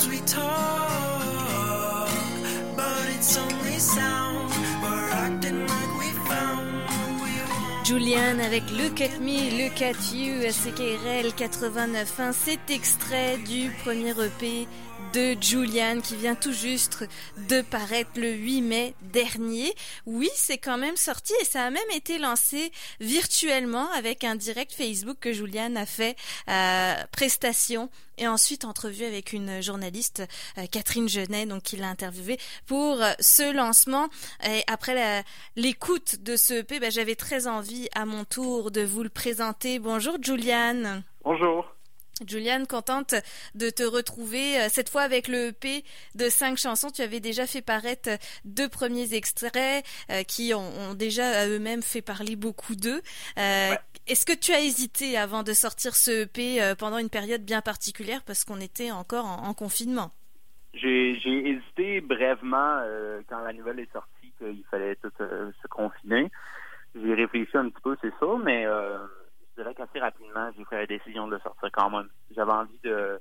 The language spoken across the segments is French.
as we talk, but it's only sound. We're acting like we found what we want. Julian avec Look at Me, Look at You, CKRL 89.1. Cet extrait du premier EP de Julian qui vient tout juste de paraître le 8 mai dernier. Oui, c'est quand même sorti et ça a même été lancé virtuellement avec un direct Facebook que Julian a fait, prestation et ensuite entrevue avec une journaliste, Catherine Genet, donc qui l'a interviewé pour ce lancement. Et après l'écoute de ce EP, j'avais très envie à mon tour de vous le présenter. Bonjour Julian. Bonjour. Julian, contente de te retrouver, cette fois avec le EP de 5 chansons. Tu avais déjà fait paraître 2 premiers extraits qui ont déjà à eux-mêmes fait parler beaucoup d'eux. Ouais. Est-ce que tu as hésité avant de sortir ce EP pendant une période bien particulière parce qu'on était encore en confinement? J'ai hésité brièvement quand la nouvelle est sortie qu'il fallait tout se confiner. J'ai réfléchi un petit peu, c'est ça, mais je dirais qu'assez rapidement, j'ai pris la décision de le sortir quand même. J'avais envie que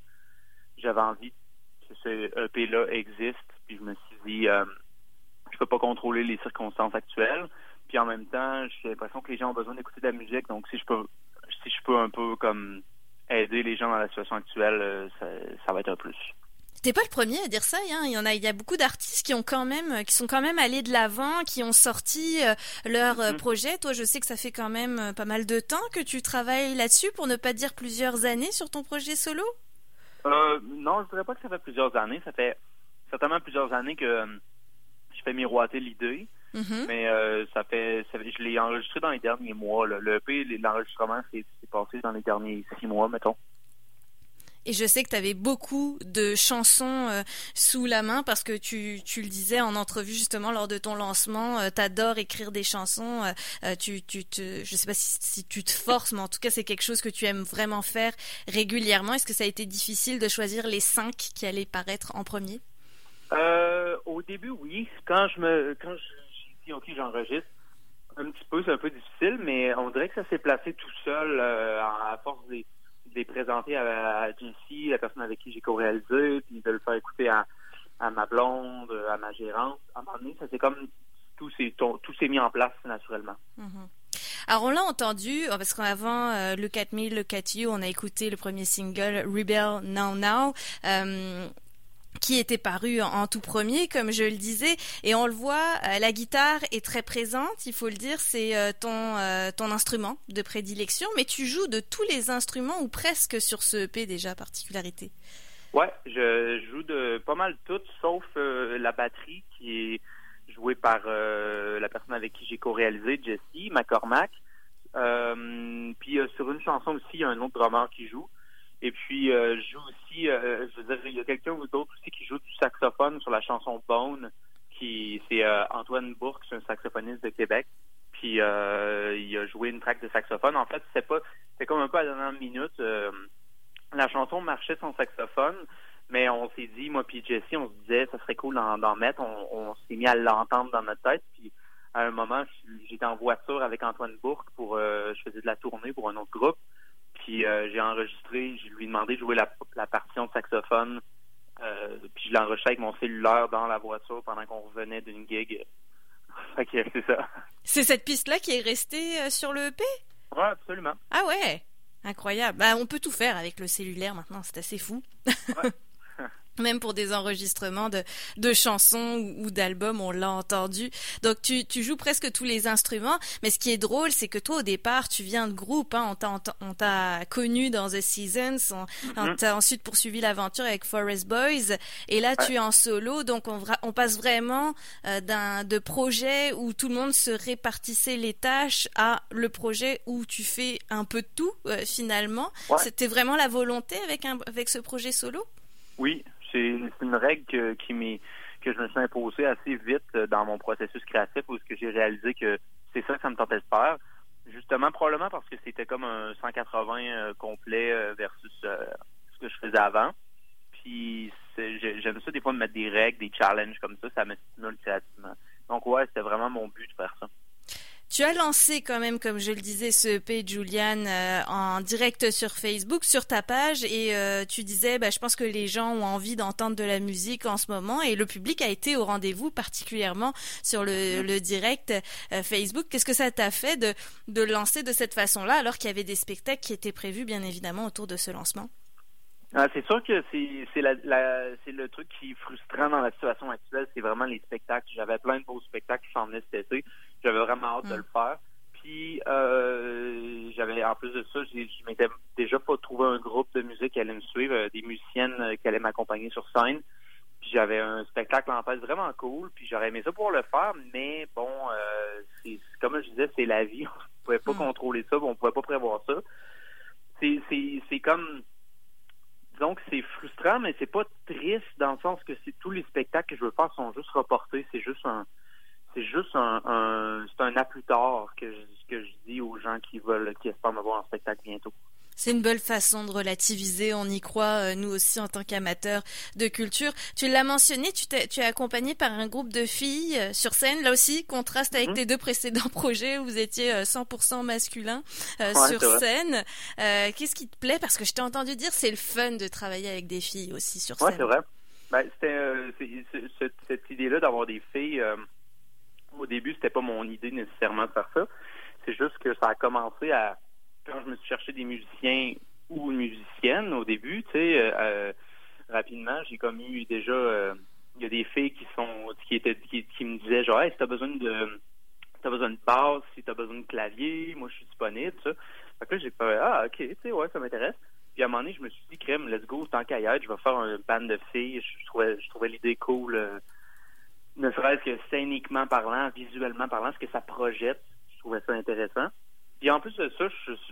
ce EP-là existe, puis je me suis dit, je peux pas contrôler les circonstances actuelles, puis en même temps, j'ai l'impression que les gens ont besoin d'écouter de la musique, donc si je peux un peu comme aider les gens dans la situation actuelle, ça va être un plus. T'es pas le premier à dire ça, hein. Il y a beaucoup d'artistes qui sont quand même allés de l'avant, qui ont sorti leur projet. Toi, je sais que ça fait quand même pas mal de temps que tu travailles là-dessus, pour ne pas dire plusieurs années sur ton projet solo. Non, je dirais pas que ça fait plusieurs années. Ça fait certainement plusieurs années que je fais miroiter l'idée. Mm-hmm. Mais je l'ai enregistré dans les derniers mois. Là. Le EP, l'enregistrement s'est passé dans les derniers 6 mois, mettons. Et je sais que tu avais beaucoup de chansons sous la main parce que tu le disais en entrevue justement lors de ton lancement, t'adores écrire des chansons, je sais pas si tu te forces, mais en tout cas c'est quelque chose que tu aimes vraiment faire régulièrement. Est-ce que ça a été difficile de choisir les 5 qui allaient paraître en premier? Au début, oui. Quand j'ai dit OK, j'enregistre, un petit peu, c'est un peu difficile, mais on dirait que ça s'est placé tout seul à force de les présenter à Jessie, la personne avec qui j'ai co-réalisé, puis de le faire écouter à ma blonde, à ma gérante. À un moment donné, ça c'est comme tout s'est mis en place naturellement. Mm-hmm. Alors on l'a entendu, parce qu'avant Look at Me, Look at You, on a écouté le premier single Rebel Now Now, qui était paru en tout premier, comme je le disais, et on le voit, la guitare est très présente, il faut le dire, c'est ton instrument de prédilection, mais tu joues de tous les instruments ou presque sur ce EP déjà, particularité. Ouais, je joue de pas mal toutes, sauf la batterie qui est jouée par la personne avec qui j'ai co-réalisé, Jessie McCormack. Puis sur une chanson aussi, il y a un autre drummer qui joue. Et puis, je joue aussi, je veux dire, il y a quelqu'un ou d'autres aussi qui joue du saxophone sur la chanson Bone, c'est Antoine Bourque, c'est un saxophoniste de Québec. Puis, il a joué une track de saxophone. En fait, c'était comme un peu à la dernière minute. La chanson marchait sans saxophone, mais on s'est dit, moi puis Jessie, on se disait, ça serait cool d'en mettre. On s'est mis à l'entendre dans notre tête. Puis, à un moment, j'étais en voiture avec Antoine Bourque je faisais de la tournée pour un autre groupe. Puis j'ai enregistré, je lui ai demandé de jouer la partition de saxophone. Puis je l'ai enregistré avec mon cellulaire dans la voiture pendant qu'on revenait d'une gig. Fait que c'est ça. C'est cette piste-là qui est restée sur le EP? Ouais, absolument. Ah ouais, incroyable. On peut tout faire avec le cellulaire maintenant, c'est assez fou. Ouais. Même pour des enregistrements de chansons ou d'albums, on l'a entendu. Donc tu joues presque tous les instruments, mais ce qui est drôle, c'est que toi au départ, tu viens de groupe, hein, on t'a connu dans The Seasons, on t'a ensuite poursuivi l'aventure avec Forest Boys, et là tu es en solo, donc on passe vraiment de projet où tout le monde se répartissait les tâches à le projet où tu fais un peu de tout finalement. Ouais. C'était vraiment la volonté avec ce projet solo? Oui. C'est une règle que je me suis imposée assez vite dans mon processus créatif où j'ai réalisé que c'est ça que ça me tentait de faire. Justement, probablement parce que c'était comme un 180 complet versus ce que je faisais avant. Puis j'aime ça des fois de mettre des règles, des challenges comme ça me stimule créativement. Donc ouais, c'était vraiment mon but de faire ça. Tu as lancé quand même, comme je le disais, ce EP Julian en direct sur Facebook, sur ta page, et tu disais, je pense que les gens ont envie d'entendre de la musique en ce moment, et le public a été au rendez-vous, particulièrement sur le direct Facebook. Qu'est-ce que ça t'a fait de lancer de cette façon-là, alors qu'il y avait des spectacles qui étaient prévus, bien évidemment, autour de ce lancement? C'est sûr que c'est le truc qui est frustrant dans la situation actuelle, c'est vraiment les spectacles. J'avais plein de beaux spectacles qui s'en venaient cet été. J'avais vraiment hâte de le faire. Puis j'avais, en plus de ça, je m'étais déjà pas trouvé un groupe de musique qui allait me suivre, des musiciennes qui allaient m'accompagner sur scène. Puis j'avais un spectacle en tête vraiment cool. Puis j'aurais aimé ça pour le faire, mais bon, c'est comme je disais, c'est la vie. On pouvait pas contrôler ça, on pouvait pas prévoir ça. C'est comme... Disons que c'est frustrant, mais c'est pas triste dans le sens que tous les spectacles que je veux faire sont juste reportés. C'est un à plus tard que je dis aux gens qui espèrent me voir en spectacle bientôt. C'est une belle façon de relativiser, on y croit, nous aussi en tant qu'amateurs de culture. Tu l'as mentionné, tu es accompagné par un groupe de filles sur scène, là aussi, contraste avec tes deux précédents projets où vous étiez 100% masculin sur scène. Qu'est-ce qui te plaît? Parce que je t'ai entendu dire c'est le fun de travailler avec des filles aussi sur scène. Oui, c'est vrai. Cette idée-là d'avoir des filles, au début, c'était pas mon idée nécessairement de faire ça. C'est juste que ça a commencé quand je me suis cherché des musiciens ou musiciennes au début, rapidement, j'ai comme eu déjà il y a des filles qui me disaient genre hey, si t'as besoin de basse, si t'as besoin de clavier, moi je suis disponible, ça. Fait que là j'ai fait ok, ça m'intéresse. Puis à un moment donné, je me suis dit crème, let's go, tant qu'à y être, je vais faire un band de filles. Je trouvais l'idée cool, ne serait-ce que scéniquement parlant, visuellement parlant, ce que ça projette, je trouvais ça intéressant. Puis en plus de ça,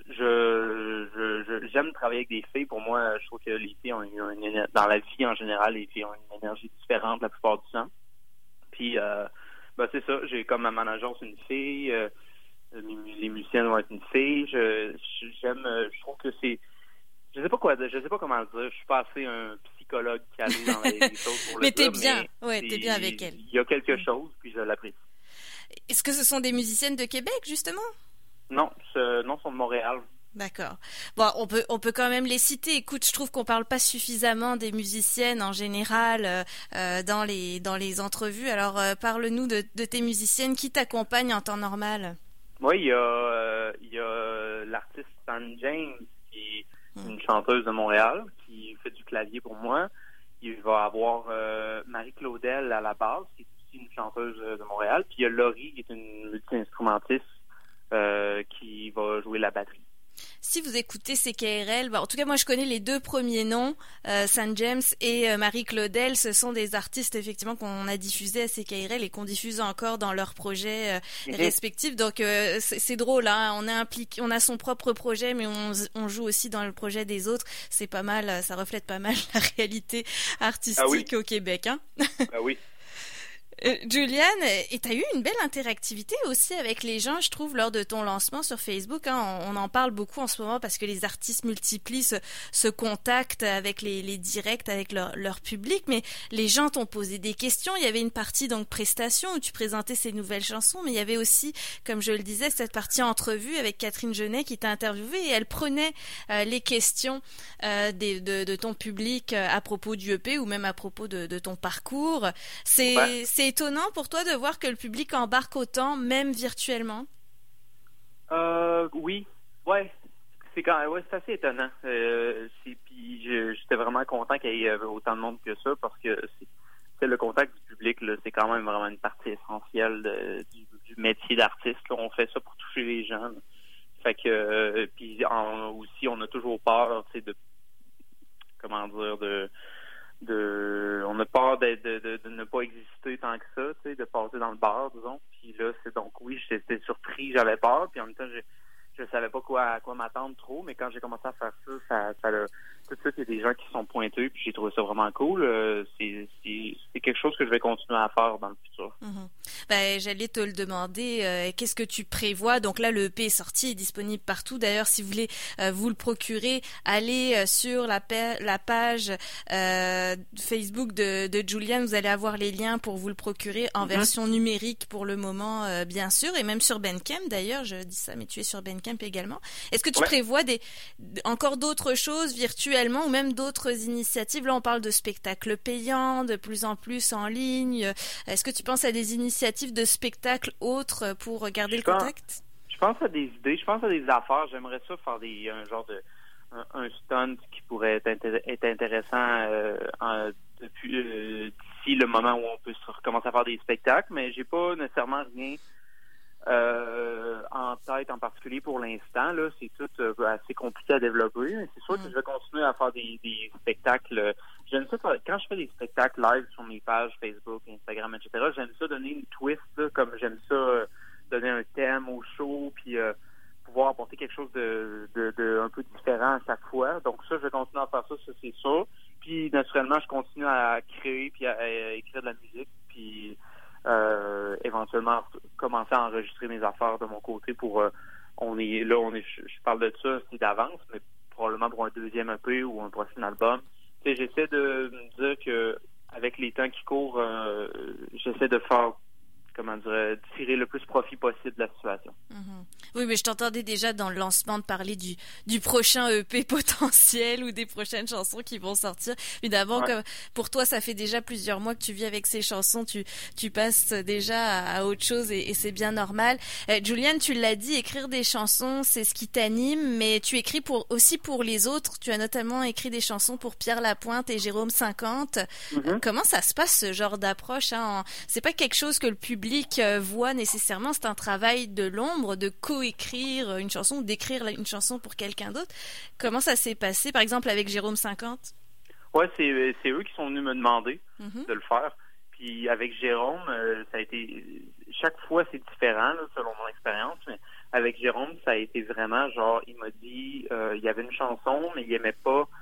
j'aime travailler avec des filles. Pour moi, je trouve que les filles ont dans la vie en général, les filles ont une énergie différente la plupart du temps. Puis c'est ça, j'ai comme ma manager, c'est une fille, les musiciennes vont être une fille. Je trouve que c'est, je sais pas comment le dire. Je suis pas assez un psychologue calé dans les choses pour le mais dire. T'es bien avec elle. Il y a quelque chose, puis je l'apprécie. Est-ce que ce sont des musiciennes de Québec, justement? Non, sont de Montréal. D'accord. Bon, on peut quand même les citer. Écoute, je trouve qu'on parle pas suffisamment des musiciennes en général dans les entrevues. Alors, parle-nous de tes musiciennes qui t'accompagnent en temps normal. Oui, il y a l'artiste San James qui est une chanteuse de Montréal qui fait du clavier pour moi. Il va avoir Marie-Claudel à la basse, qui est aussi une chanteuse de Montréal. Puis il y a Laurie, qui est une multi-instrumentiste qui va jouer la batterie. Si vous écoutez CKRL, en tout cas moi je connais les deux premiers noms, San James et Marie-Claudel, ce sont des artistes effectivement qu'on a diffusés à CKRL et qu'on diffuse encore dans leurs projets respectifs. Donc c'est drôle, hein, on est impliqué, on a son propre projet, mais on joue aussi dans le projet des autres. C'est pas mal, ça reflète pas mal la réalité artistique au Québec, hein. Oui. Julian, et tu as eu une belle interactivité aussi avec les gens, je trouve, lors de ton lancement sur Facebook. Hein. On en parle beaucoup en ce moment parce que les artistes multiplient ce contact avec les directs, avec leur public. Mais les gens t'ont posé des questions. Il y avait une partie donc prestation où tu présentais ces nouvelles chansons, mais il y avait aussi, comme je le disais, cette partie entrevue avec Catherine Genet qui t'a interviewé et elle prenait les questions de ton public à propos du EP ou même à propos de ton parcours. C'est étonnant pour toi de voir que le public embarque autant, même virtuellement? Oui. C'est assez étonnant. Puis j'étais vraiment content qu'il y ait autant de monde que ça parce que c'est le contact du public, là, c'est quand même vraiment une partie essentielle du métier d'artiste. Là. On fait ça pour toucher les gens. Là. Fait que puis aussi on a toujours peur, tu sais, on a peur de ne pas exister tant que ça, tu sais, de passer dans le bar, disons. Puis là, j'étais surpris, j'avais peur, puis en même temps, je savais pas à quoi m'attendre trop, mais quand j'ai commencé à faire ça tout de suite, il y a des gens qui sont pointés, puis j'ai trouvé ça vraiment cool. C'est quelque chose que je vais continuer à faire dans le futur. Mm-hmm. J'allais te le demander. Qu'est-ce que tu prévois? Donc là, le EP est sorti, est disponible partout. D'ailleurs, si vous voulez vous le procurer, allez sur la page Facebook de Julian. Vous allez avoir les liens pour vous le procurer en version numérique pour le moment, bien sûr, et même sur Bandcamp. D'ailleurs, je dis ça, mais tu es sur Bandcamp également. Est-ce que tu prévois encore d'autres choses virtuellement ou même d'autres initiatives? Là, on parle de spectacles payants, de plus en plus en ligne. Est-ce que tu penses à des initiatives de spectacles autres pour garder le contact? Je pense à des idées, je pense à des affaires. J'aimerais ça faire un genre de un stunt qui pourrait être intéressant d'ici le moment où on peut recommencer à faire des spectacles, mais j'ai pas nécessairement rien en tête en particulier pour l'instant. Là, c'est tout assez compliqué à développer. C'est sûr que je vais continuer à faire des spectacles. J'aime ça quand je fais des spectacles live sur mes pages Facebook, Instagram, etc. J'aime ça donner une twist, là, comme j'aime ça donner un thème au show, puis pouvoir apporter quelque chose de un peu différent à chaque fois. Donc ça, je vais continuer à faire ça c'est sûr. Puis naturellement, je continue à créer puis à écrire de la musique, puis éventuellement commencer à enregistrer mes affaires de mon côté pour je parle de ça c'est d'avance, mais probablement pour un deuxième EP ou un prochain album. Tu sais, j'essaie de me dire que avec les temps qui courent, j'essaie de faire tirer le plus profit possible de la situation. Oui, mais je t'entendais déjà dans le lancement de parler du prochain EP potentiel ou des prochaines chansons qui vont sortir. Évidemment, comme pour toi, ça fait déjà plusieurs mois que tu vis avec ces chansons, tu passes déjà à autre chose et c'est bien normal. Julian, tu l'as dit, écrire des chansons, c'est ce qui t'anime, mais tu écris aussi pour les autres. Tu as notamment écrit des chansons pour Pierre Lapointe et Jérôme 50. Comment ça se passe, ce genre d'approche, hein? C'est pas quelque chose que le public voit nécessairement, c'est un travail de l'ombre de coécrire une chanson ou d'écrire une chanson pour quelqu'un d'autre. Comment ça s'est passé, par exemple, avec Jérôme 50? Ouais, c'est eux qui sont venus me demander de le faire. Puis avec Jérôme, ça a été... Chaque fois, c'est différent, là, selon mon expérience, mais avec Jérôme, ça a été vraiment genre, il m'a dit, il y avait une chanson, mais il aimait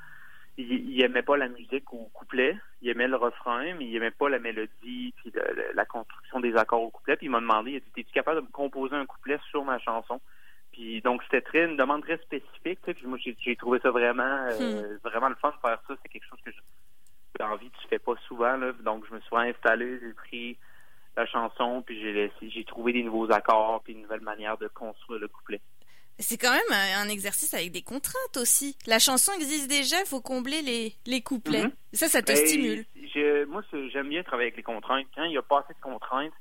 pas la musique au couplet, il aimait le refrain, mais il aimait pas la mélodie puis la construction des accords au couplet. Puis il m'a demandé, il a dit, es-tu capable de me composer un couplet sur ma chanson? Puis donc c'était une demande très spécifique, tu sais, puis moi j'ai trouvé ça vraiment vraiment le fun de faire ça. C'est quelque chose que j'ai envie, tu fais pas souvent, là. Donc je me suis installé, j'ai pris la chanson, puis j'ai trouvé des nouveaux accords puis une nouvelle manière de construire le couplet. C'est quand même un exercice avec des contraintes aussi. La chanson existe déjà, il faut combler les couplets. Ça te stimule. Moi, j'aime bien travailler avec les contraintes. Quand il n'y a pas assez de contraintes,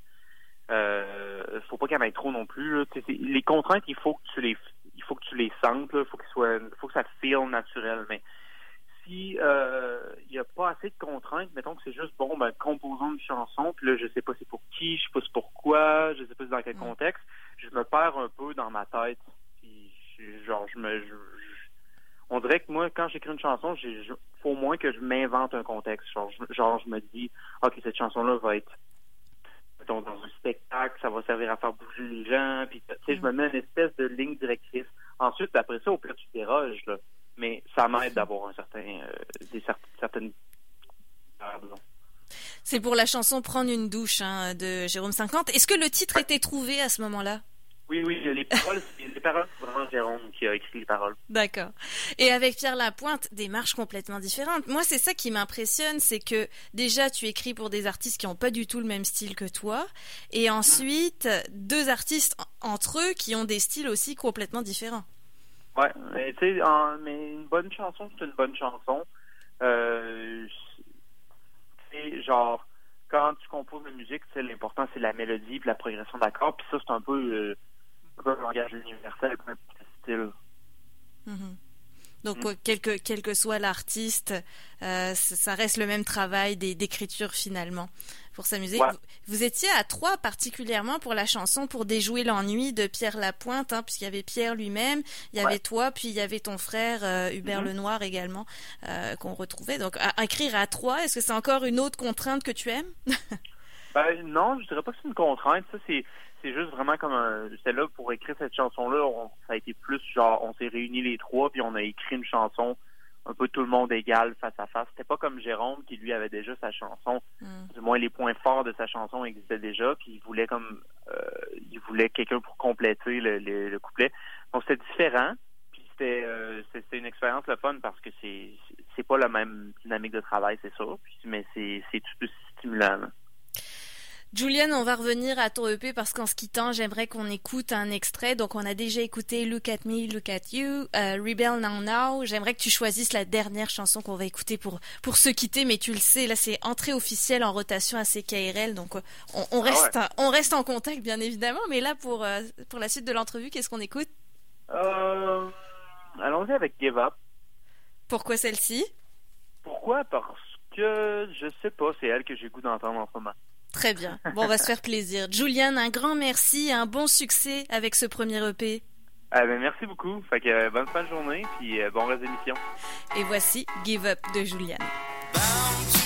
faut pas qu'il y en ait trop non plus, là. Les contraintes, il faut que tu les sentes, là. Faut que ça te feel naturel. Mais si il y a pas assez de contraintes, mettons que c'est juste composons une chanson, puis là je sais pas c'est pour qui, je sais pas c'est pourquoi, je sais pas c'est dans quel contexte, je me perds un peu dans ma tête. On dirait que moi, quand j'écris une chanson, faut au moins que je m'invente un contexte. Je me dis, OK, cette chanson-là va être, mettons, dans un spectacle, ça va servir à faire bouger les gens, puis tu sais, je me mets une espèce de ligne directrice. Ensuite, après ça, au pire, tu déroges, là. Mais ça m'aide d'avoir certaines... C'est pour la chanson Prendre une douche, de Jérôme 50. Est-ce que le titre était trouvé à ce moment-là? Oui, les paroles, c'est vraiment Jérôme qui a écrit les paroles. D'accord. Et avec Pierre Lapointe, démarche complètement différente. Moi, c'est ça qui m'impressionne, c'est que déjà, tu écris pour des artistes qui n'ont pas du tout le même style que toi, et ensuite, deux artistes entre eux qui ont des styles aussi complètement différents. Ouais, mais tu sais, mais une bonne chanson, c'est une bonne chanson. C'est genre, quand tu composes de musique, l'important, c'est la mélodie et la progression d'accords, puis ça, c'est un peu le langage universel, comme style. Donc, quel que soit l'artiste, ça reste le même travail d'écriture finalement pour s'amuser. Ouais. Vous étiez à 3 particulièrement pour la chanson pour déjouer l'ennui de Pierre Lapointe, puisqu'il y avait Pierre lui-même, il y avait toi, puis il y avait ton frère Hubert Lenoir également qu'on retrouvait. Donc, à écrire à 3, est-ce que c'est encore une autre contrainte que tu aimes? Non, je dirais pas que c'est une contrainte. Ça, c'est juste vraiment comme j'étais là pour écrire cette chanson-là. Ça a été plus genre, on s'est réunis les 3 puis on a écrit une chanson un peu tout le monde égal face à face. C'était pas comme Jérôme qui lui avait déjà sa chanson, du moins les points forts de sa chanson existaient déjà, puis il voulait quelqu'un pour compléter le couplet. Donc c'était différent, puis c'était une expérience le fun parce que c'est pas la même dynamique de travail, c'est sûr, mais c'est tout aussi stimulant. Là. Julian, on va revenir à ton EP parce qu'en se quittant, j'aimerais qu'on écoute un extrait. Donc, on a déjà écouté Look at Me, Look at You, Rebel Now Now. J'aimerais que tu choisisses la dernière chanson qu'on va écouter pour se quitter. Mais tu le sais, là, c'est entrée officielle en rotation à CKRL. Donc, on reste en contact, bien évidemment. Mais là, pour la suite de l'entrevue, qu'est-ce qu'on écoute? Allons-y avec Give Up. Pourquoi celle-ci? Pourquoi? Parce que, je sais pas, c'est elle que j'ai goût d'entendre en ce moment. Très bien. Bon, on va se faire plaisir. Julian, un grand merci et un bon succès avec ce premier EP. Merci beaucoup. Fait que bonne fin de journée puis bon reste d'émission. Et voici Give Up de Julian. Bound